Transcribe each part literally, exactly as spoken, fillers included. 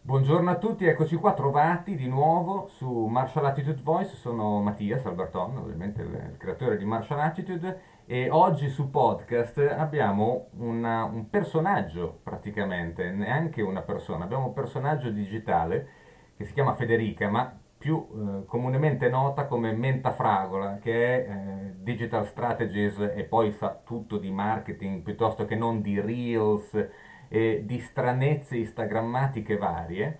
Buongiorno a tutti, eccoci qua trovati di nuovo su Martial Attitude Voice. Sono Mattias Alberton, ovviamente il, il creatore di Martial Attitude, e oggi su podcast abbiamo una- un personaggio praticamente, neanche una persona, abbiamo un personaggio digitale che si chiama Federica, ma più eh, comunemente nota come Menta Fragola, che è eh, Digital Strategies e poi sa tutto di marketing piuttosto che non di Reels e di stranezze instagrammatiche varie,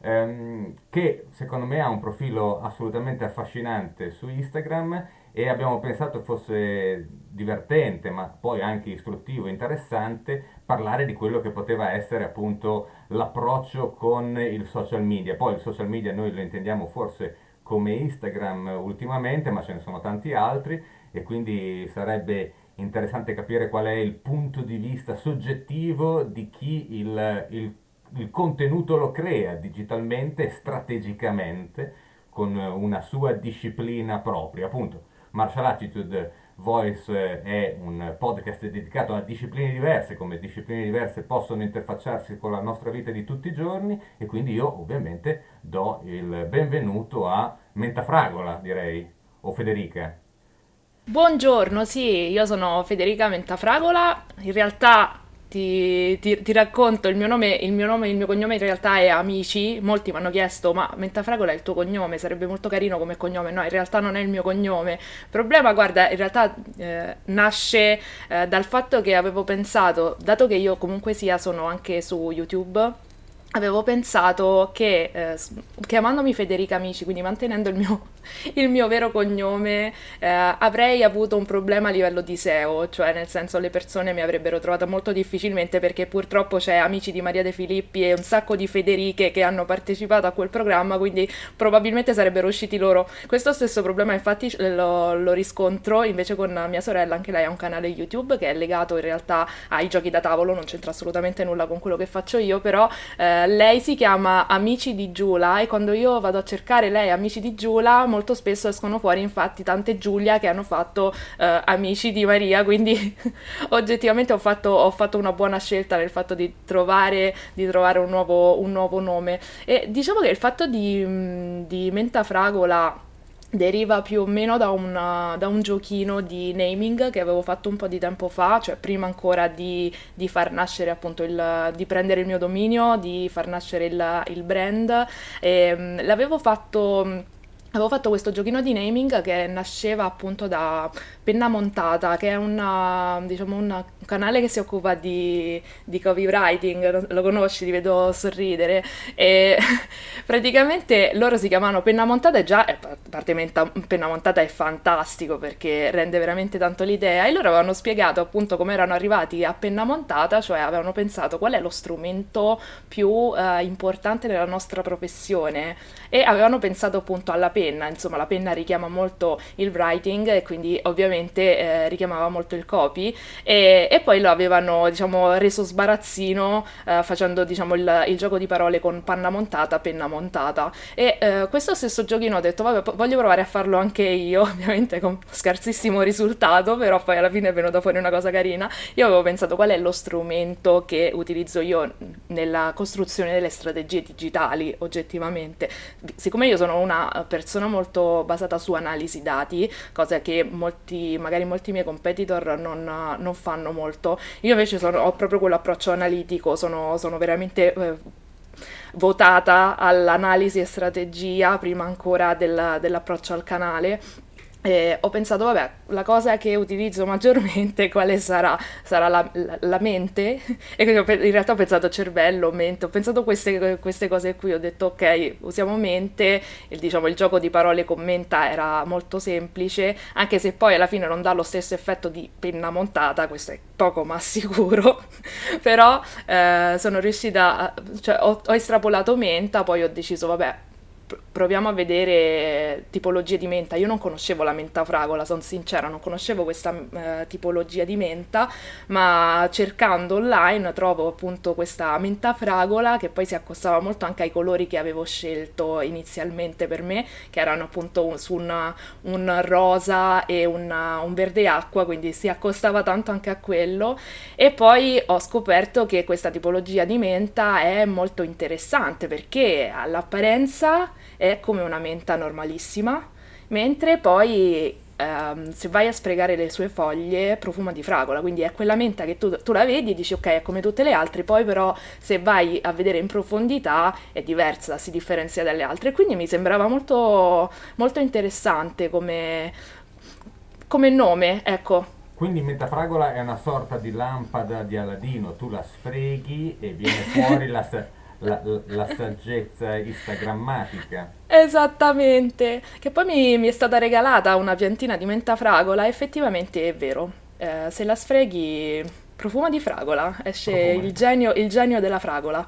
ehm, che secondo me ha un profilo assolutamente affascinante su Instagram e abbiamo pensato fosse divertente, ma poi anche istruttivo e interessante parlare di quello che poteva essere appunto l'approccio con il social media. Poi il social media noi lo intendiamo forse come Instagram ultimamente, ma ce ne sono tanti altri e quindi sarebbe interessante capire qual è il punto di vista soggettivo di chi il, il- il contenuto lo crea digitalmente, strategicamente, con una sua disciplina propria. Appunto, Martial Attitude Voice eh, è un podcast dedicato a discipline diverse, come discipline diverse possono interfacciarsi con la nostra vita di tutti i giorni e quindi io ovviamente do il benvenuto a Mentafragola, direi, o Federica. Buongiorno, sì, io sono Federica Mentafragola. In realtà ti, ti- ti racconto il mio nome, il mio nome, il mio cognome in realtà è Amici. Molti mi hanno chiesto: ma Mentafragola è il tuo cognome? Sarebbe molto carino come cognome. No, in realtà non è il mio cognome. Il problema, guarda, in realtà eh, nasce eh, dal fatto che avevo pensato, dato che io comunque sia sono anche su YouTube. Avevo pensato che eh, s- chiamandomi Federica Amici, quindi mantenendo il mio, il mio vero cognome, eh, avrei avuto un problema a livello di S E O, cioè nel senso le persone mi avrebbero trovata molto difficilmente perché purtroppo c'è Amici di Maria De Filippi e un sacco di Federiche che hanno partecipato a quel programma, quindi probabilmente sarebbero usciti loro. Questo stesso problema infatti lo, lo riscontro invece con mia sorella, anche lei ha un canale YouTube che è legato in realtà ai giochi da tavolo, non c'entra assolutamente nulla con quello che faccio io, però eh, lei si chiama Amici di Giula e quando io vado a cercare lei Amici di Giula molto spesso escono fuori infatti tante Giulia che hanno fatto eh, Amici di Maria, quindi oggettivamente ho fatto, ho fatto una buona scelta nel fatto di trovare, di trovare un, nuovo, un nuovo nome. E diciamo che il fatto di, mh, di Mentafragola deriva più o meno da, una- da un giochino di naming che avevo fatto un po' di tempo fa, cioè prima ancora di, di far nascere appunto il, di prendere il mio dominio, di far nascere il, il brand. E, mh, l'avevo fatto. Avevo fatto questo giochino di naming che nasceva appunto da Penna Montata, che è una, diciamo, una- un canale che si occupa di, di copywriting, lo conosci, ti vedo sorridere. E praticamente loro si chiamano Penna Montata e già, e a parte Menta- Penna Montata è fantastico perché rende veramente tanto l'idea. E loro avevano spiegato appunto come erano arrivati a Penna Montata, cioè avevano pensato qual è lo strumento più eh, importante nella nostra professione e avevano pensato appunto alla penna, insomma la penna richiama molto il writing e quindi ovviamente eh, richiamava molto il copy e, e poi lo avevano diciamo reso sbarazzino eh, facendo diciamo il, il gioco di parole con panna montata, penna montata e eh, questo stesso giochino ho detto vabbè voglio provare a farlo anche io, ovviamente con scarsissimo risultato, però poi alla fine è venuta fuori una cosa carina. Io avevo pensato qual è lo strumento che utilizzo io nella costruzione delle strategie digitali oggettivamente. Siccome io sono una persona molto basata su analisi dati, cosa che molti, magari molti miei competitor non, non fanno molto, io invece sono, ho proprio quell'approccio analitico, sono, sono veramente eh, votata all'analisi e strategia prima ancora del, dell'approccio al canale. E ho pensato, vabbè, la cosa che utilizzo maggiormente quale sarà? Sarà la, la- la mente? E quindi ho pe- in realtà ho pensato cervello, mente, ho pensato queste, queste cose qui, ho detto ok, usiamo mente, il, diciamo il gioco di parole con menta era molto semplice, anche se poi alla fine non dà lo stesso effetto di penna montata, questo è poco ma sicuro, però eh, sono riuscita, a, cioè ho, ho estrapolato menta, poi ho deciso, vabbè, proviamo a vedere tipologie di menta. Io non conoscevo la menta fragola, sono sincera, non conoscevo questa eh, tipologia di menta, ma cercando online trovo appunto questa menta fragola che poi si accostava molto anche ai colori che avevo scelto inizialmente per me, che erano appunto un, su una, un rosa e una, un verde acqua, quindi si accostava tanto anche a quello. E poi ho scoperto che questa tipologia di menta è molto interessante perché all'apparenza è come una menta normalissima, mentre poi ehm, se vai a sfregare le sue foglie profuma di fragola, quindi è quella menta che tu, tu la vedi e dici ok, è come tutte le altre, poi però se vai a vedere in profondità è diversa, si differenzia dalle altre, quindi mi sembrava molto, molto interessante come, come nome, ecco. Quindi mentafragola è una sorta di lampada di Aladino, tu la sfreghi e viene fuori la, sa- la- la- la saggezza instagrammatica. Esattamente, che poi mi, mi è stata regalata una piantina di menta fragola, effettivamente è vero. Eh, se la sfreghi profuma di fragola, esce Profuma di il fragola. genio, il genio della fragola.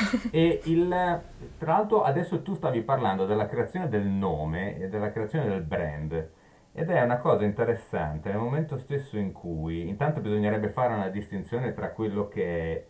E il, tra l'altro adesso tu stavi parlando della creazione del nome e della creazione del brand ed è una cosa interessante nel momento stesso in cui intanto bisognerebbe fare una distinzione tra quello che è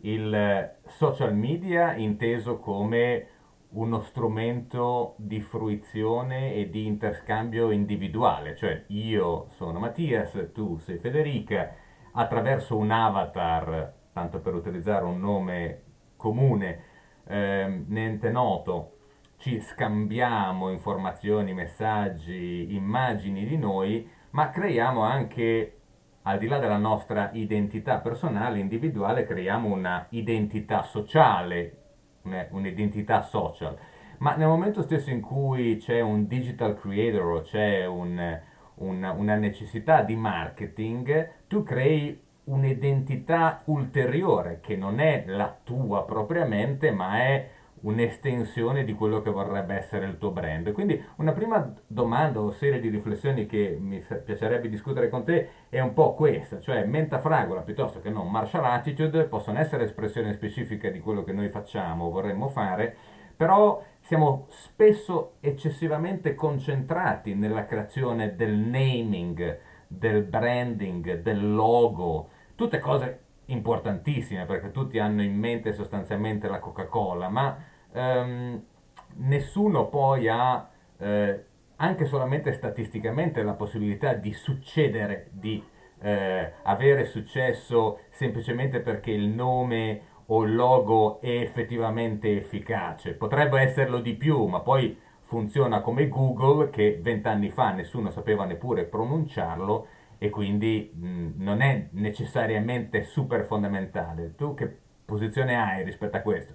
il social media inteso come uno strumento di fruizione e di interscambio individuale, cioè io sono Mattias, tu sei Federica, attraverso un avatar, tanto per utilizzare un nome comune, ehm, niente noto, ci scambiamo informazioni, messaggi, immagini di noi, ma creiamo anche, al di là della nostra identità personale, individuale, creiamo una identità sociale, un- un'identità social. Ma nel momento stesso in cui c'è un digital creator o c'è un- un- una necessità di marketing, tu crei un'identità ulteriore che non è la tua propriamente, ma è un'estensione di quello che vorrebbe essere il tuo brand. Quindi una prima domanda o serie di riflessioni che mi sa- piacerebbe discutere con te è un po' questa, cioè menta fragola piuttosto che non martial attitude possono essere espressione specifica di quello che noi facciamo o vorremmo fare, però siamo spesso eccessivamente concentrati nella creazione del naming, del branding, del logo, tutte cose importantissime perché tutti hanno in mente sostanzialmente la Coca-Cola, ma ehm, nessuno poi ha eh, anche solamente statisticamente la possibilità di succedere, di eh, avere successo semplicemente perché il nome o il logo è effettivamente efficace. Potrebbe esserlo di più, ma poi funziona come Google che vent'anni fa nessuno sapeva neppure pronunciarlo e quindi mh, non è necessariamente super fondamentale. Tu che posizione hai rispetto a questo?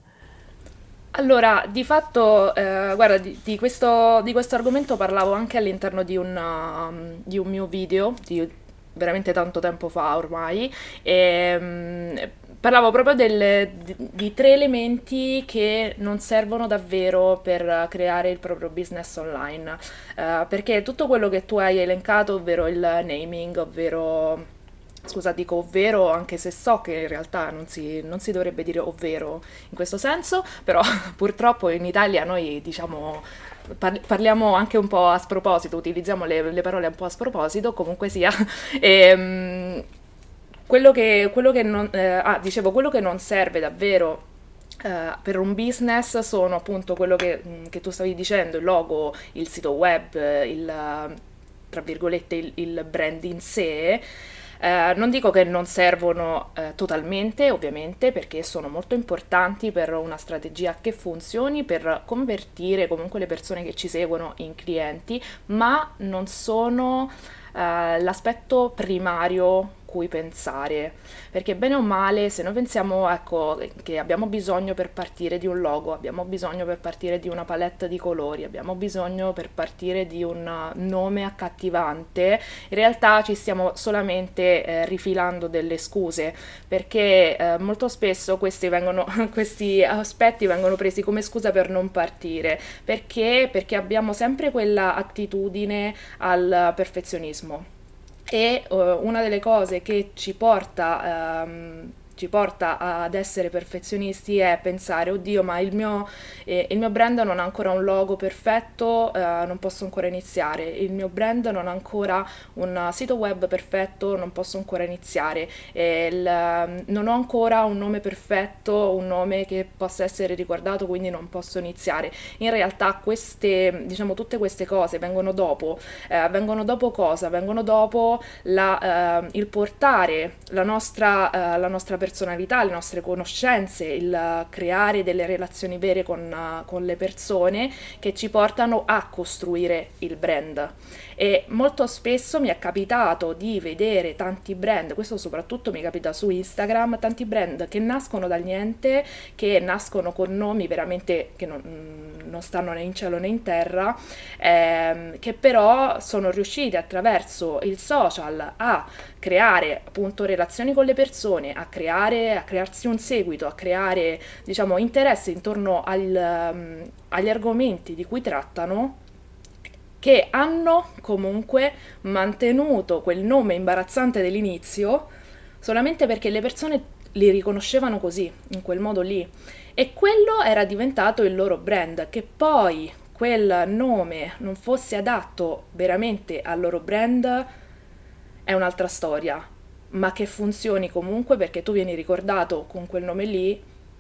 Allora, di fatto, eh, guarda, di, di questo, di questo argomento parlavo anche all'interno di un, um, di un mio video, di veramente tanto tempo fa ormai, e mm, parlavo proprio delle- di, di tre elementi che non servono davvero per creare il proprio business online. Eh, perché tutto quello che tu hai elencato, ovvero il naming, ovvero... Scusa, dico ovvero, anche se so che in realtà non si, non si dovrebbe dire ovvero in questo senso, però purtroppo in Italia noi diciamo par- parliamo anche un po' a sproposito, utilizziamo le, le parole un po' a sproposito, comunque sia. E, mm, quello che, quello che non, eh, ah, dicevo, quello che non serve davvero eh, per un business sono appunto quello che, mm, che tu stavi dicendo, il logo, il sito web, eh, il, eh, tra virgolette, il, il brand in sé. Eh, non dico che non servono eh, totalmente, ovviamente, perché sono molto importanti per una strategia che funzioni, per convertire comunque le persone che ci seguono in clienti, ma non sono eh, l'aspetto primario cui pensare, perché bene o male, se noi pensiamo, ecco, che abbiamo bisogno per partire di un logo, abbiamo bisogno per partire di una palette di colori, abbiamo bisogno per partire di un nome accattivante, in realtà ci stiamo solamente eh, rifilando delle scuse, perché eh, molto spesso questi, vengono, questi aspetti vengono presi come scusa per non partire, perché? Perché abbiamo sempre quella attitudine al perfezionismo. E uh, una delle cose che ci porta, ehm, ci porta ad essere perfezionisti è pensare, oddio, ma il mio, eh, il mio brand non ha ancora un logo perfetto, eh, non posso ancora iniziare, il mio brand non ha ancora un sito web perfetto, non posso ancora iniziare, eh, il- non ho ancora un nome perfetto, un nome che possa essere ricordato, quindi non posso iniziare. In realtà queste, diciamo, tutte queste cose vengono dopo, eh, vengono dopo cosa? Vengono dopo la, eh, il portare la nostra, eh, la nostra personalità, le nostre conoscenze, il creare delle relazioni vere con, eh, con le persone che ci portano a costruire il brand. E molto spesso mi è capitato di vedere tanti brand, questo soprattutto mi capita su Instagram, tanti brand che nascono dal niente, che nascono con nomi veramente che non, non stanno né in cielo né in terra, ehm, che però sono riusciti attraverso il social a creare appunto relazioni con le persone, a creare, a crearsi un seguito, a creare, diciamo, interesse intorno al, um, agli argomenti di cui trattano, che hanno comunque mantenuto quel nome imbarazzante dell'inizio solamente perché le persone li riconoscevano così, in quel modo lì. E quello era diventato il loro brand, che poi quel nome non fosse adatto veramente al loro brand è un'altra storia, ma che funzioni comunque perché tu vieni ricordato con quel nome lì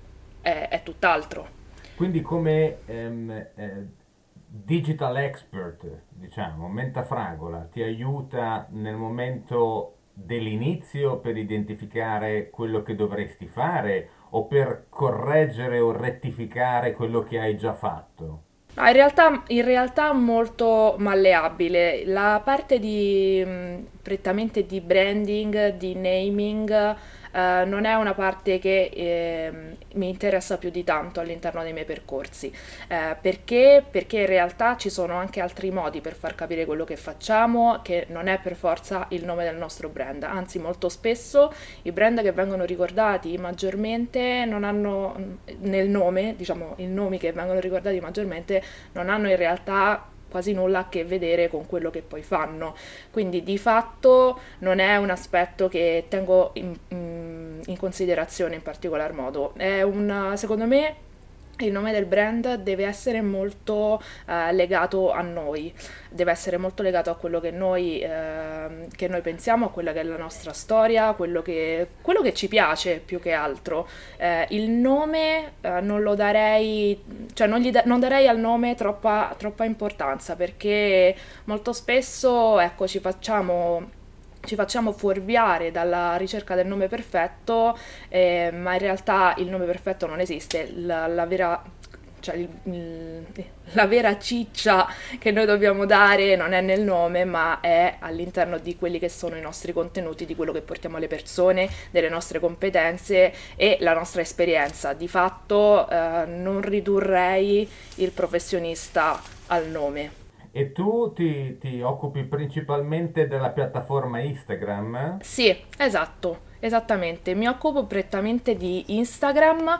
è, è tutt'altro. Quindi come ehm, eh, digital expert, diciamo, Menta Fragola ti aiuta nel momento dell'inizio per identificare quello che dovresti fare o per correggere o rettificare quello che hai già fatto? No, in realtà, in realtà molto malleabile. La parte di mh, prettamente di branding, di naming, eh, non è una parte che ehm, mi interessa più di tanto all'interno dei miei percorsi. Eh, perché? Perché in realtà ci sono anche altri modi per far capire quello che facciamo, che non è per forza il nome del nostro brand. Anzi, molto spesso i brand che vengono ricordati maggiormente non hanno nel nome, diciamo, i nomi che vengono ricordati maggiormente non hanno in realtà quasi nulla a che vedere con quello che poi fanno. Quindi di fatto non è un aspetto che tengo in, in- in considerazione in particolar modo. È un, secondo me, il nome del brand deve essere molto eh, legato a noi, deve essere molto legato a quello che noi, ehm, che noi pensiamo, a quella che è la nostra storia, quello che, quello che ci piace più che altro. Eh, il nome eh, non lo darei, cioè non, gli da- non darei al nome troppa, troppa importanza perché molto spesso, ecco, ci facciamo ci facciamo fuorviare dalla ricerca del nome perfetto, eh, ma in realtà il nome perfetto non esiste. La, la vera, cioè il- il- la vera ciccia che noi dobbiamo dare non è nel nome, ma è all'interno di quelli che sono i nostri contenuti, di quello che portiamo alle persone, delle nostre competenze e la nostra esperienza. Di fatto, eh, non ridurrei il professionista al nome. E tu ti, ti occupi principalmente della piattaforma Instagram? Sì, esatto, esattamente. Mi occupo prettamente di Instagram.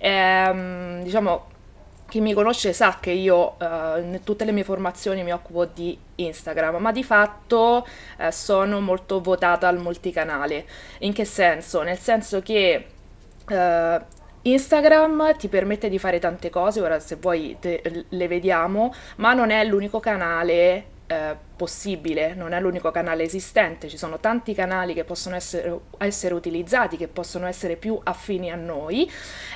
Ehm, diciamo, chi mi conosce sa che io eh, in tutte le mie formazioni mi occupo di Instagram, ma di fatto eh, sono molto votata al multicanale. In che senso? Nel senso che eh, Instagram ti permette di fare tante cose, ora se vuoi te- le vediamo, ma non è l'unico canale eh, possibile, non è l'unico canale esistente, ci sono tanti canali che possono essere, essere utilizzati, che possono essere più affini a noi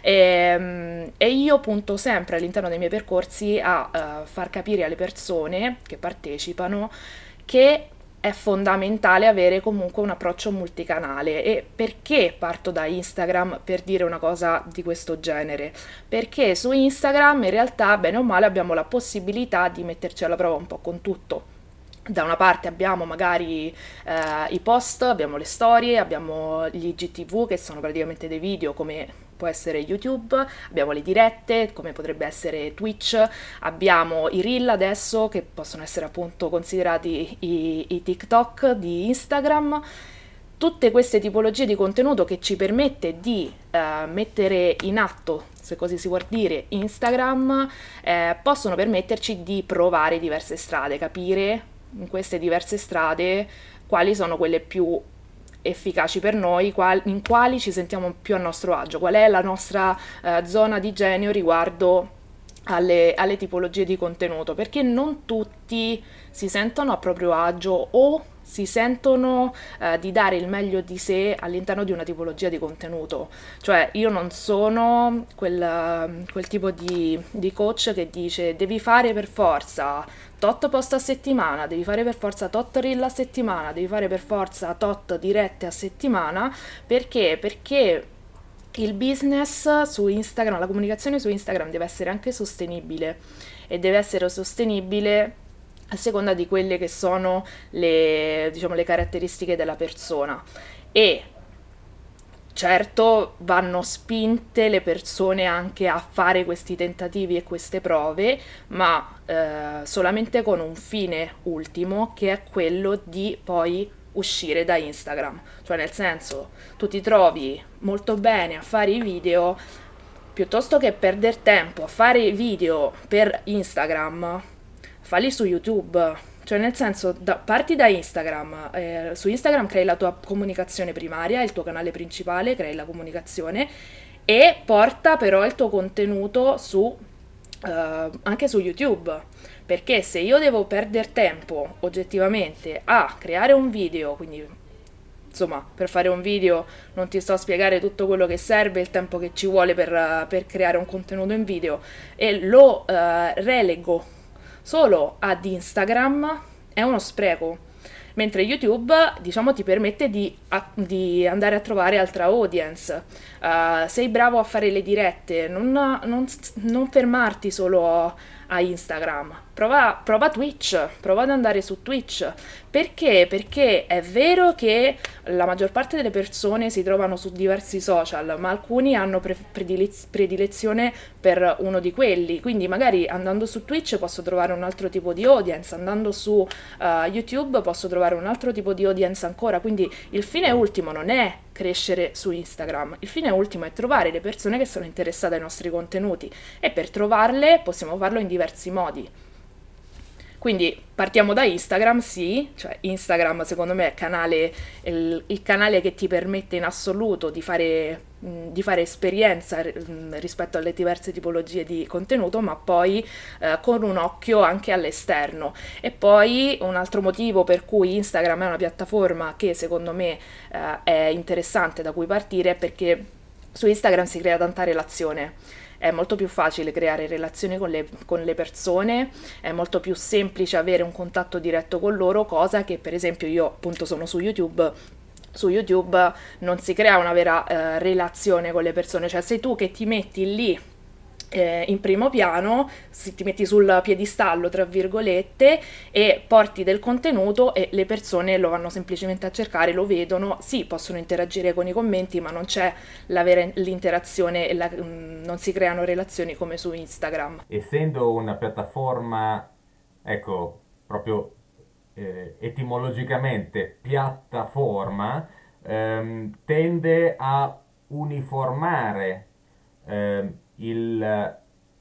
e, e io punto sempre all'interno dei miei percorsi a eh, far capire alle persone che partecipano che è fondamentale avere comunque un approccio multicanale. E perché parto da Instagram per dire una cosa di questo genere? Perché su Instagram in realtà, bene o male, abbiamo la possibilità di metterci alla prova un po' con tutto. Da una parte abbiamo magari eh, i post, abbiamo le storie, abbiamo gli I G T V che sono praticamente dei video come può essere YouTube, abbiamo le dirette come potrebbe essere Twitch, abbiamo i reel adesso che possono essere appunto considerati i, i TikTok di Instagram. Tutte queste tipologie di contenuto che ci permette di eh, mettere in atto, se così si vuol dire, Instagram, eh, possono permetterci di provare diverse strade, capire in queste diverse strade quali sono quelle più efficaci per noi, qual- in quali ci sentiamo più a nostro agio, qual è la nostra eh, zona di genio riguardo alle, alle tipologie di contenuto, perché non tutti si sentono a proprio agio o si sentono eh, di dare il meglio di sé all'interno di una tipologia di contenuto. Cioè, io non sono quel, quel tipo di, di coach che dice devi fare per forza tot post a settimana, devi fare per forza tot reel a settimana, devi fare per forza tot dirette a settimana. Perché? Perché il business su Instagram, la comunicazione su Instagram deve essere anche sostenibile e deve essere sostenibile a seconda di quelle che sono le, diciamo, le caratteristiche della persona. E certo vanno spinte le persone anche a fare questi tentativi e queste prove, ma eh, solamente con un fine ultimo, che è quello di poi uscire da Instagram. Cioè, nel senso, tu ti trovi molto bene a fare i video, piuttosto che perdere tempo a fare i video per Instagram, falli su YouTube. Cioè, nel senso, da- parti da Instagram, eh, su Instagram crei la tua comunicazione primaria, il tuo canale principale, crei la comunicazione e porta però il tuo contenuto su, eh, anche su YouTube. Perché se io devo perdere tempo oggettivamente a creare un video, quindi insomma, per fare un video non ti sto a spiegare tutto quello che serve, il tempo che ci vuole per, eh, per creare un contenuto in video, e lo eh, relego solo ad Instagram, è uno spreco. Mentre YouTube, diciamo, ti permette di, a- di andare a trovare altra audience. Uh, sei bravo a fare le dirette, non, non- non fermarti solo a Instagram. Prova, prova Twitch, prova ad andare su Twitch. Perché? Perché è vero che la maggior parte delle persone si trovano su diversi social, ma alcuni hanno pre- predilez- predilezione per uno di quelli. Quindi magari andando su Twitch posso trovare un altro tipo di audience, andando su uh, YouTube posso trovare un altro tipo di audience ancora. Quindi il fine ultimo non è crescere su Instagram, il fine ultimo è trovare le persone che sono interessate ai nostri contenuti, e per trovarle possiamo farlo in diversi modi. Quindi partiamo da Instagram, sì, cioè Instagram secondo me è canale, il, il canale che ti permette in assoluto di fare, mh, di fare esperienza mh, rispetto alle diverse tipologie di contenuto, ma poi eh, con un occhio anche all'esterno. E poi un altro motivo per cui Instagram è una piattaforma che secondo me eh, è interessante da cui partire è perché su Instagram si crea tanta relazione. È molto più facile creare relazioni con le, con le persone, è molto più semplice avere un contatto diretto con loro, cosa che per esempio io appunto sono su YouTube. Su YouTube non si crea una vera eh, relazione con le persone, cioè sei tu che ti metti lì eh, in primo piano, si- ti metti sul piedistallo, tra virgolette, e porti del contenuto e le persone lo vanno semplicemente a cercare, lo vedono, sì, possono interagire con i commenti, ma non c'è la vera l'interazione e la- mm, non si creano relazioni come su Instagram. Essendo una piattaforma, ecco, proprio eh, etimologicamente piattaforma, ehm, tende a uniformare ehm, il,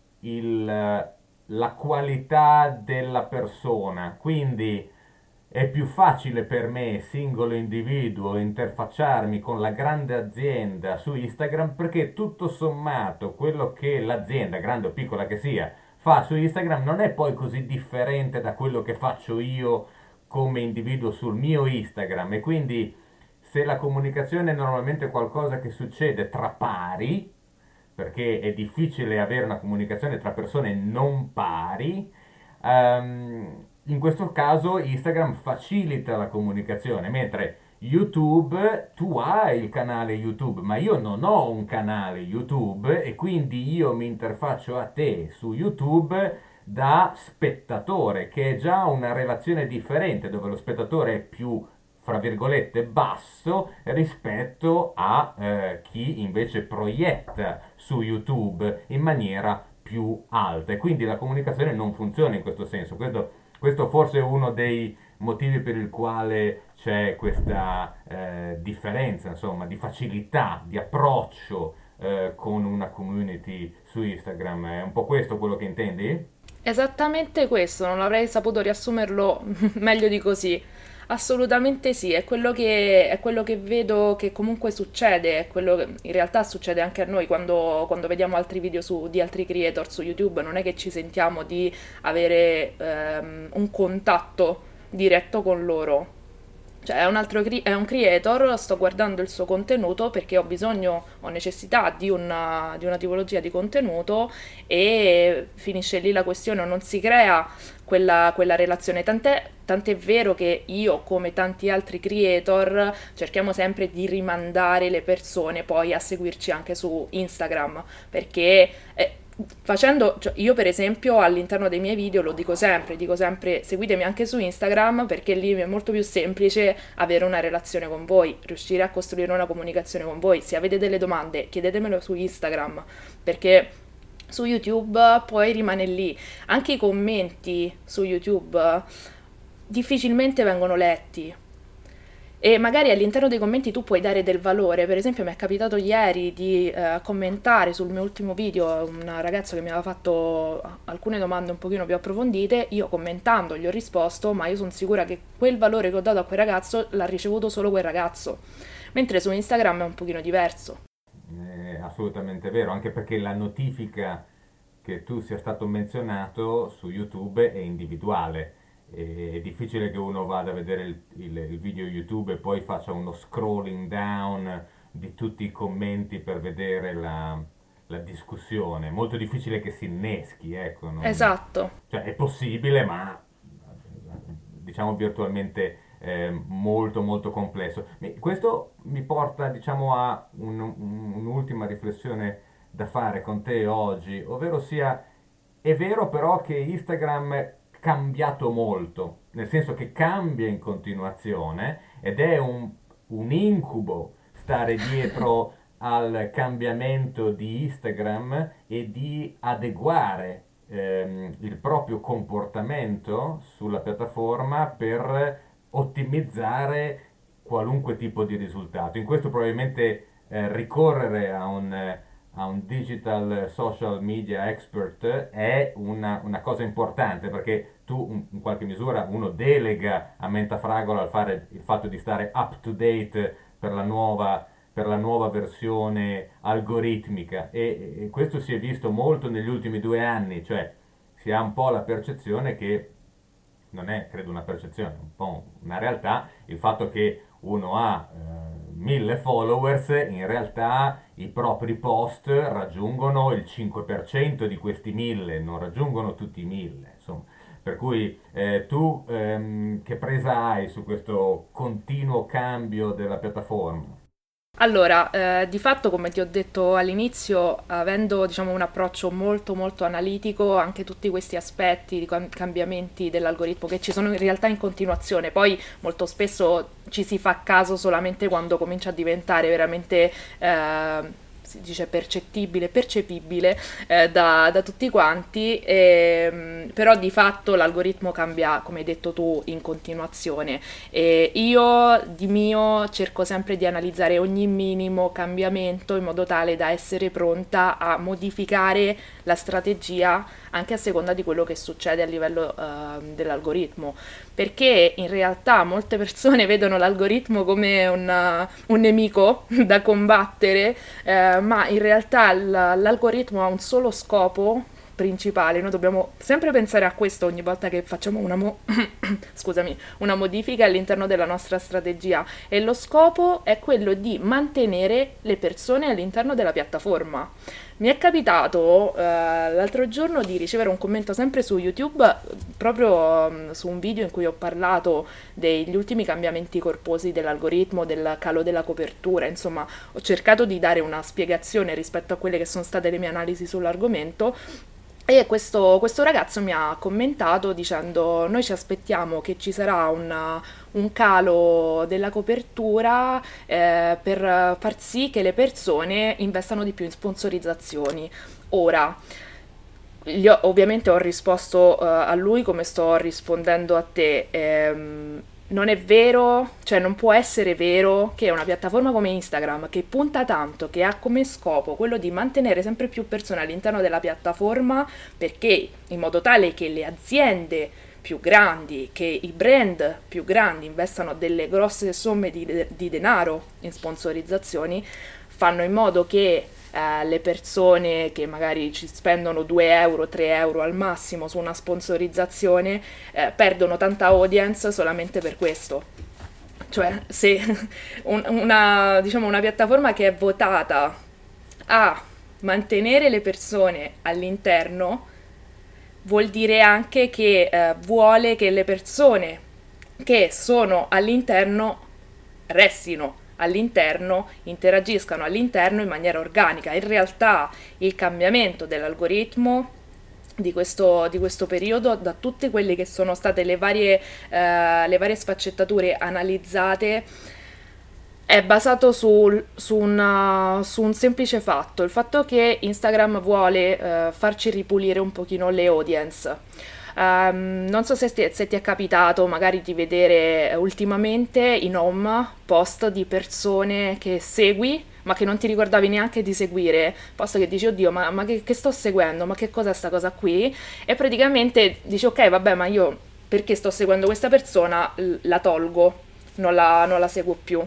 il- la qualità della persona. Quindi è più facile per me, singolo individuo, interfacciarmi con la grande azienda su Instagram, perché tutto sommato quello che l'azienda, grande o piccola che sia, fa su Instagram non è poi così differente da quello che faccio io come individuo sul mio Instagram. E quindi se la comunicazione è normalmente qualcosa che succede tra pari, perché è difficile avere una comunicazione tra persone non pari, ehm, in questo caso Instagram facilita la comunicazione, mentre YouTube, tu hai il canale YouTube, ma io non ho un canale YouTube, e quindi io mi interfaccio a te su YouTube da spettatore, che è già una relazione differente, dove lo spettatore è più, fra virgolette, basso rispetto a eh, chi invece proietta su YouTube in maniera più alta, e quindi la comunicazione non funziona in questo senso. Questo, questo forse è uno dei motivi per il quale c'è questa eh, differenza, insomma, di facilità, di approccio eh, con una community su Instagram. È un po' questo quello che intendi? Esattamente questo, non avrei saputo riassumerlo meglio di così. Assolutamente sì, è quello che, è quello che vedo che comunque succede, è quello che in realtà succede anche a noi quando, quando vediamo altri video su- di altri creator su YouTube, non è che ci sentiamo di avere ehm, un contatto diretto con loro. Cioè è un altro cre- è un creator, sto guardando il suo contenuto perché ho bisogno, ho necessità di una, di una tipologia di contenuto e finisce lì la questione, non si crea quella, quella relazione. Tant'è, tant'è vero che io, come tanti altri creator, cerchiamo sempre di rimandare le persone poi a seguirci anche su Instagram, perché eh, facendo, cioè io per esempio all'interno dei miei video lo dico sempre, dico sempre seguitemi anche su Instagram perché lì mi è molto più semplice avere una relazione con voi, riuscire a costruire una comunicazione con voi. Se avete delle domande, chiedetemelo su Instagram, perché su YouTube poi rimane lì. Anche i commenti su YouTube difficilmente vengono letti. E magari all'interno dei commenti tu puoi dare del valore. Per esempio, mi è capitato ieri di eh, commentare sul mio ultimo video un ragazzo che mi aveva fatto alcune domande un pochino più approfondite. Io commentando gli ho risposto, ma io sono sicura che quel valore che ho dato a quel ragazzo l'ha ricevuto solo quel ragazzo. Mentre su Instagram è un pochino diverso. È assolutamente vero, anche perché la notifica che tu sia stato menzionato su YouTube è individuale. E è difficile che uno vada a vedere il, il- il video YouTube e poi faccia uno scrolling down di tutti i commenti per vedere la, la discussione. Molto difficile che si inneschi, ecco. non- Esatto. Cioè, è possibile, ma diciamo virtualmente eh, molto molto complesso. Mi- Questo mi porta, diciamo, a un- un- un'ultima riflessione da fare con te oggi, ovvero sia, è vero però che Instagram è cambiato molto, nel senso che cambia in continuazione ed è un, un incubo stare dietro al cambiamento di Instagram e di adeguare ehm, il proprio comportamento sulla piattaforma per ottimizzare qualunque tipo di risultato. In questo probabilmente eh, ricorrere a un, eh, a un digital social media expert è una, una cosa importante perché tu in, in qualche misura uno delega a Mentafragola al fare il fatto di stare up to date per la nuova, per la nuova versione algoritmica e, e questo si è visto molto negli ultimi due anni, cioè si ha un po' la percezione che non è, credo, una percezione, un po' una realtà, il fatto che uno ha eh, mille followers, in realtà i propri post raggiungono il cinque per cento di questi mille, non raggiungono tutti i mille, insomma. Per cui eh, tu ehm, che presa hai su questo continuo cambio della piattaforma? Allora, eh, di fatto, come ti ho detto all'inizio, avendo diciamo, un approccio molto molto analitico, anche tutti questi aspetti di cam- cambiamenti dell'algoritmo che ci sono in realtà in continuazione, poi molto spesso ci si fa caso solamente quando comincia a diventare veramente, eh, si dice percettibile, percepibile eh, da, da tutti quanti, ehm, però di fatto l'algoritmo cambia, come hai detto tu, in continuazione. E io di mio cerco sempre di analizzare ogni minimo cambiamento in modo tale da essere pronta a modificare la strategia anche a seconda di quello che succede a livello eh, dell'algoritmo, perché in realtà molte persone vedono l'algoritmo come un, un nemico da combattere, eh, ma in realtà l- l'algoritmo ha un solo scopo principale. Noi dobbiamo sempre pensare a questo ogni volta che facciamo una, mo- scusami, una modifica all'interno della nostra strategia, e lo scopo è quello di mantenere le persone all'interno della piattaforma. Mi è capitato eh, l'altro giorno di ricevere un commento sempre su YouTube, proprio mm, su un video in cui ho parlato degli ultimi cambiamenti corposi dell'algoritmo, del calo della copertura, insomma, ho cercato di dare una spiegazione rispetto a quelle che sono state le mie analisi sull'argomento. E questo, questo ragazzo mi ha commentato dicendo: noi ci aspettiamo che ci sarà un, un calo della copertura eh, per far sì che le persone investano di più in sponsorizzazioni. Ora, gli ho- ovviamente ho risposto eh, a lui come sto rispondendo a te. Ehm, non è vero, cioè non può essere vero che una piattaforma come Instagram, che punta tanto, che ha come scopo quello di mantenere sempre più persone all'interno della piattaforma, perché in modo tale che le aziende più grandi, che i brand più grandi investano delle grosse somme di, de- di denaro in sponsorizzazioni, fanno in modo che eh, le persone che magari ci spendono due euro, tre euro al massimo su una sponsorizzazione eh, perdono tanta audience solamente per questo. Cioè, se un- una, diciamo, una piattaforma che è votata a mantenere le persone all'interno vuol dire anche che eh, vuole che le persone che sono all'interno restino all'interno, interagiscano all'interno in maniera organica. In realtà il cambiamento dell'algoritmo di questo, di questo periodo, da tutte quelle che sono state le varie, eh, le varie sfaccettature analizzate, è basato sul- su, una- su un semplice fatto, il fatto che Instagram vuole eh, farci ripulire un pochino le audience. Ehm, non so se, sti- se ti è capitato magari di vedere eh, ultimamente in home post di persone che segui ma che non ti ricordavi neanche di seguire, posto che dici oddio ma, ma che, che sto seguendo, ma che cos'è sta cosa qui? E praticamente dici ok vabbè ma io perché sto seguendo questa persona L- la tolgo, non la, non la seguo più.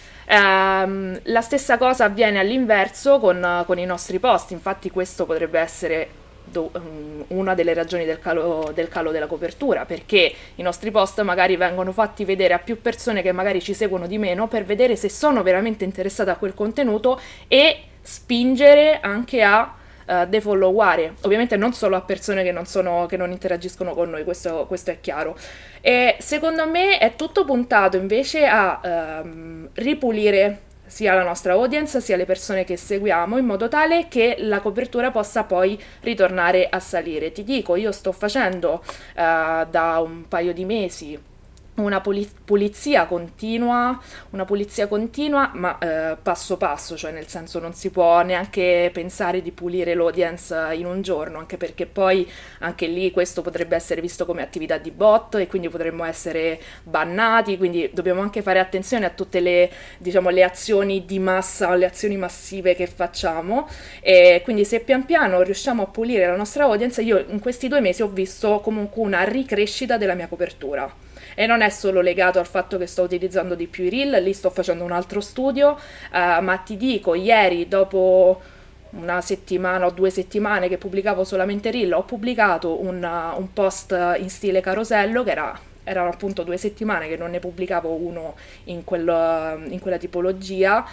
Ehm, la stessa cosa avviene all'inverso con, con i nostri post, infatti questo potrebbe essere do- um, una delle ragioni del calo, del calo della copertura, perché i nostri post magari vengono fatti vedere a più persone che magari ci seguono di meno per vedere se sono veramente interessate a quel contenuto e spingere anche a uh, defolloware, ovviamente non solo a persone che non, sono, che non interagiscono con noi, questo, questo è chiaro. E secondo me è tutto puntato invece a ehm, ripulire sia la nostra audience sia le persone che seguiamo in modo tale che la copertura possa poi ritornare a salire. Ti dico, io sto facendo eh, da un paio di mesi una puli- pulizia continua, una pulizia continua, ma eh, passo passo, cioè nel senso non si può neanche pensare di pulire l'audience in un giorno, anche perché poi anche lì questo potrebbe essere visto come attività di bot e quindi potremmo essere bannati, quindi dobbiamo anche fare attenzione a tutte le, diciamo, le azioni di massa, le azioni massive che facciamo e quindi se pian piano riusciamo a pulire la nostra audience, io in questi due mesi ho visto comunque una ricrescita della mia copertura. E non è solo legato al fatto che sto utilizzando di più i reel, lì sto facendo un altro studio, eh, ma ti dico, ieri dopo una settimana o due settimane che pubblicavo solamente reel, ho pubblicato un, un post in stile carosello che era, erano appunto due settimane che non ne pubblicavo uno in, quel, in quella tipologia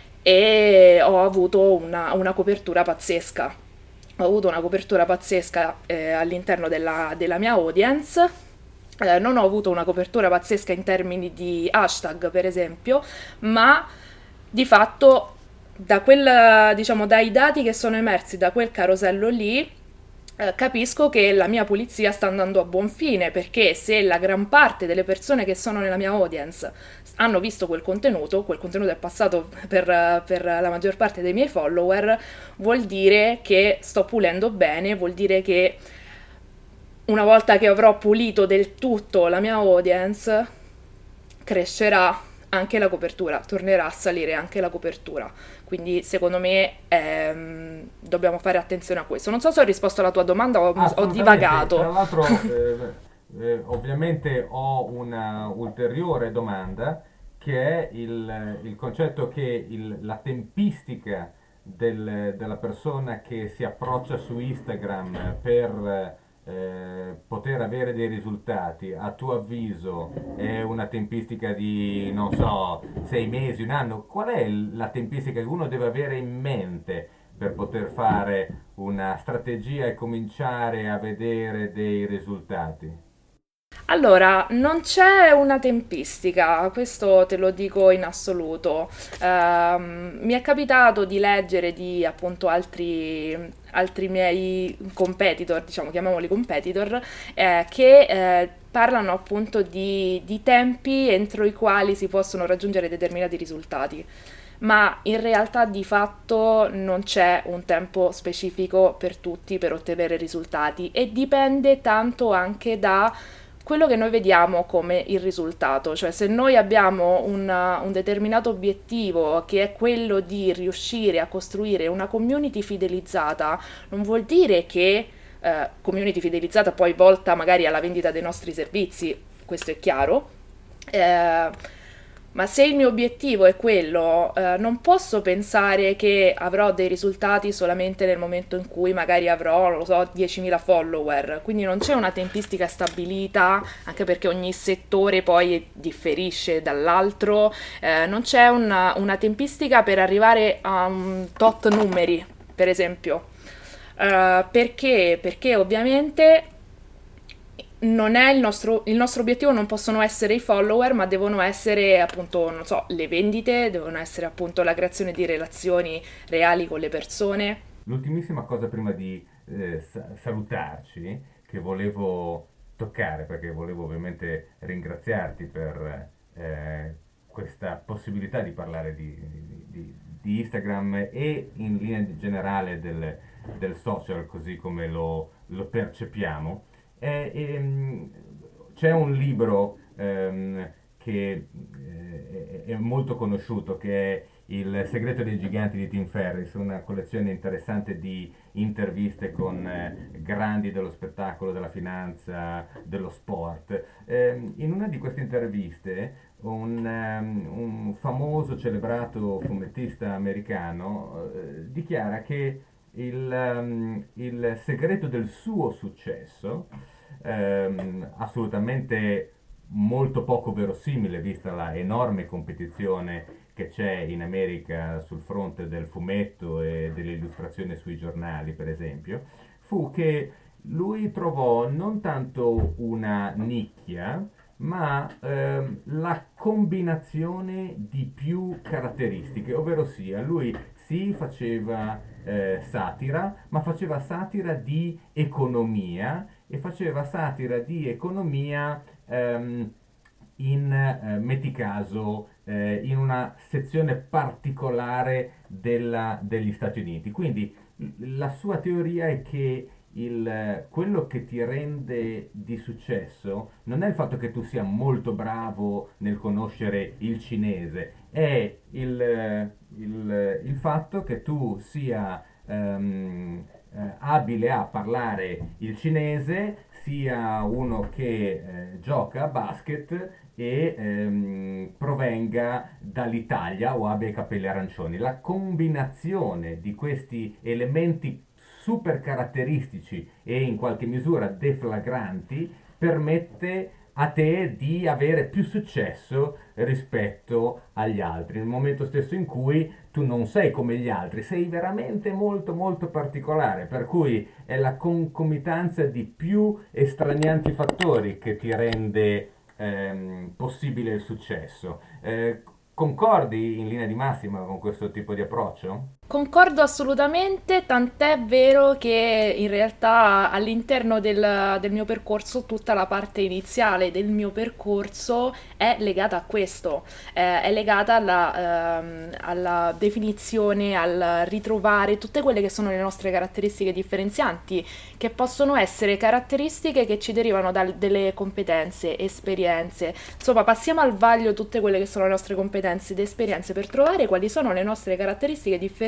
e ho avuto una, una copertura pazzesca. Ho avuto una copertura pazzesca eh, all'interno della, della mia audience. Eh, non ho avuto una copertura pazzesca in termini di hashtag, per esempio, ma di fatto da quel, diciamo, dai dati che sono emersi da quel carosello lì, eh, capisco che la mia pulizia sta andando a buon fine, perché se la gran parte delle persone che sono nella mia audience hanno visto quel contenuto, quel contenuto è passato per, per la maggior parte dei miei follower, vuol dire che sto pulendo bene, vuol dire che una volta che avrò pulito del tutto la mia audience, crescerà anche la copertura, tornerà a salire anche la copertura. Quindi secondo me ehm, dobbiamo fare attenzione a questo. Non so se ho risposto alla tua domanda o ho Assolutamente, tra divagato. l'altro eh, eh, ovviamente ho una ulteriore domanda che è il, il concetto che il- la tempistica del- della persona che si approccia su Instagram per eh, poter avere dei risultati, a tuo avviso è una tempistica di, non so, sei mesi, un anno? Qual è il- la tempistica che uno deve avere in mente per poter fare una strategia e cominciare a vedere dei risultati? Allora, non c'è una tempistica, questo te lo dico in assoluto. Ehm, mi è capitato di leggere di appunto altri, altri miei competitor, diciamo, chiamiamoli competitor, eh, che eh, parlano appunto di, di tempi entro i quali si possono raggiungere determinati risultati. Ma in realtà di fatto non c'è un tempo specifico per tutti per ottenere risultati e dipende tanto anche da quello che noi vediamo come il risultato, cioè se noi abbiamo una- un determinato obiettivo che è quello di riuscire a costruire una community fidelizzata, non vuol dire che eh, community fidelizzata poi volta magari alla vendita dei nostri servizi, questo è chiaro. Eh, ma se il mio obiettivo è quello, eh, non posso pensare che avrò dei risultati solamente nel momento in cui magari avrò, non lo so, diecimila follower. Quindi non c'è una tempistica stabilita, anche perché ogni settore poi differisce dall'altro. Eh, non c'è una, una tempistica per arrivare a un tot numeri, per esempio. Eh, perché? Perché ovviamente non è il nostro, il nostro obiettivo non possono essere i follower, ma devono essere appunto, non so, le vendite, devono essere appunto la creazione di relazioni reali con le persone. L'ultimissima cosa prima di eh, sa- salutarci, che volevo toccare, perché volevo ovviamente ringraziarti per eh, questa possibilità di parlare di, di- di- di Instagram e in linea generale del, del social, così come lo, lo percepiamo. Eh, ehm, c'è un libro ehm, che eh, è, è molto conosciuto, che è Il segreto dei giganti di Tim Ferriss, una collezione interessante di interviste con eh, grandi dello spettacolo, della finanza, dello sport. Ehm, in una di queste interviste un, ehm, un famoso, celebrato fumettista americano eh, dichiara che il, ehm, il segreto del suo successo, ehm, assolutamente molto poco verosimile vista la enorme competizione che c'è in America sul fronte del fumetto e dell'illustrazione sui giornali, per esempio, fu che lui trovò non tanto una nicchia, ma ehm, la combinazione di più caratteristiche, ovvero sia lui si faceva eh, satira, ma faceva satira di economia e faceva satira di economia ehm, in, eh, metti caso, eh, in una sezione particolare della- degli Stati Uniti. Quindi l- la sua teoria è che il, eh, quello che ti rende di successo non è il fatto che tu sia molto bravo nel conoscere il cinese, è il, eh, il- il fatto che tu sia ehm, eh, abile a parlare il cinese, sia uno che eh, gioca a basket e ehm, provenga dall'Italia o abbia i capelli arancioni. La combinazione di questi elementi super caratteristici e in qualche misura deflagranti permette a te di avere più successo rispetto agli altri, nel momento stesso in cui tu non sei come gli altri, sei veramente molto molto particolare, per cui è la concomitanza di più estranianti fattori che ti rende ehm, possibile il successo. Eh, concordi in linea di massima con questo tipo di approccio? Concordo assolutamente, tant'è vero che in realtà all'interno del, del mio percorso tutta la parte iniziale del mio percorso è legata a questo, eh, è legata alla, ehm, alla definizione, al ritrovare tutte quelle che sono le nostre caratteristiche differenzianti, che possono essere caratteristiche che ci derivano da delle competenze, esperienze. Insomma, passiamo al vaglio tutte quelle che sono le nostre competenze ed esperienze per trovare quali sono le nostre caratteristiche differenzianti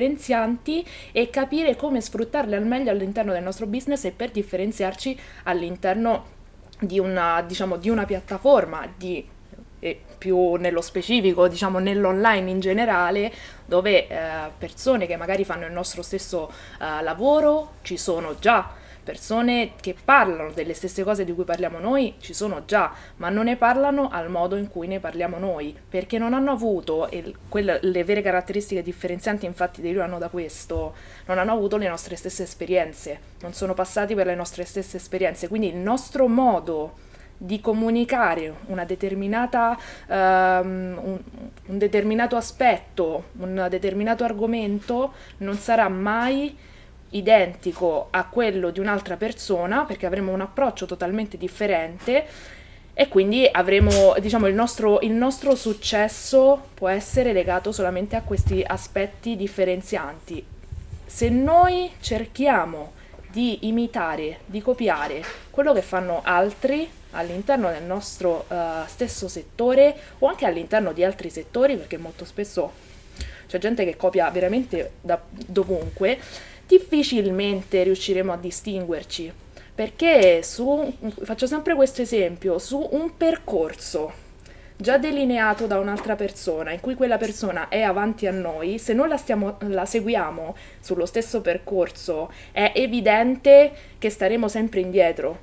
e capire come sfruttarle al meglio all'interno del nostro business e per differenziarci all'interno di una, diciamo, di una piattaforma, di, e più nello specifico, diciamo, nell'online in generale, dove eh, persone che magari fanno il nostro stesso eh, lavoro ci sono già. Persone che parlano delle stesse cose di cui parliamo noi ci sono già, ma non ne parlano al modo in cui ne parliamo noi, perché non hanno avuto, e quelle, le vere caratteristiche differenzianti infatti derivano da questo, non hanno avuto le nostre stesse esperienze, non sono passati per le nostre stesse esperienze, quindi il nostro modo di comunicare una determinata, um, un, un determinato aspetto, un determinato argomento non sarà mai identico a quello di un'altra persona, perché avremo un approccio totalmente differente e quindi avremo, diciamo, il nostro, il nostro successo può essere legato solamente a questi aspetti differenzianti. Se noi cerchiamo di imitare, di copiare quello che fanno altri all'interno del nostro uh, stesso settore o anche all'interno di altri settori, perché molto spesso c'è gente che copia veramente da dovunque, difficilmente riusciremo a distinguerci. Perché su, faccio sempre questo esempio, su un percorso già delineato da un'altra persona, in cui quella persona è avanti a noi, se noi la, stiamo, la seguiamo sullo stesso percorso, è evidente che staremo sempre indietro.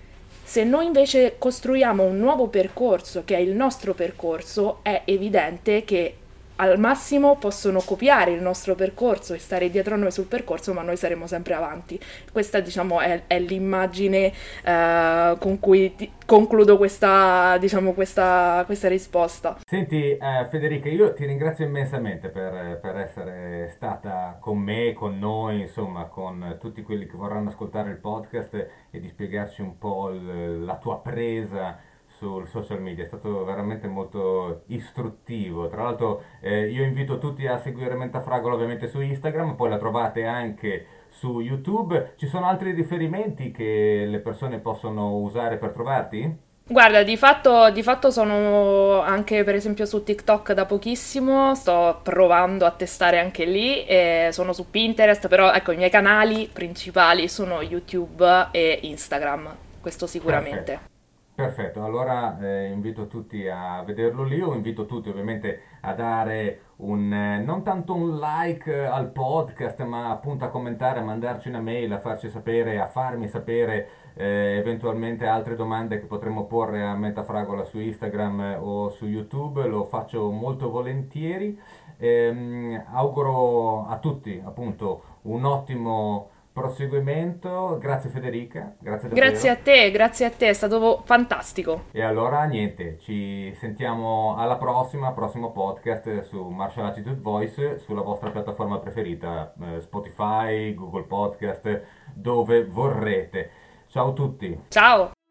Se noi invece costruiamo un nuovo percorso, che è il nostro percorso, è evidente che al massimo possono copiare il nostro percorso e stare dietro a noi sul percorso, ma noi saremo sempre avanti. Questa, diciamo, è, è l'immagine eh, con cui ti- concludo questa, diciamo, questa, questa risposta. Senti, eh, Federica, io ti ringrazio immensamente per, per essere stata con me, con noi, insomma, con tutti quelli che vorranno ascoltare il podcast e di spiegarci un po' il- la tua presa sul social media. È stato veramente molto istruttivo. Tra l'altro, eh, io invito tutti a seguire Mentafragola ovviamente su Instagram, poi la trovate anche su YouTube. Ci sono altri riferimenti che le persone possono usare per trovarti? Guarda, di fatto, di fatto sono anche per esempio su TikTok da pochissimo, sto provando a testare anche lì, e sono su Pinterest, però ecco i miei canali principali sono YouTube e Instagram, questo Perfetto, sicuramente. perfetto. Allora eh, invito tutti a vederlo lì, o invito tutti ovviamente a dare un, eh, non tanto un like eh, al podcast, ma appunto a commentare, a mandarci una mail, a farci sapere, a farmi sapere eh, eventualmente altre domande che potremmo porre a Metafragola su Instagram eh, o su YouTube. Lo faccio molto volentieri. Ehm, auguro a tutti appunto un ottimo proseguimento. Grazie Federica, grazie Grazie a davvero. te, grazie a te, è stato fantastico. E allora niente, ci sentiamo alla prossima, prossimo podcast su Martial Attitude Voice, sulla vostra piattaforma preferita, eh, Spotify, Google Podcast, dove vorrete. Ciao a tutti. Ciao!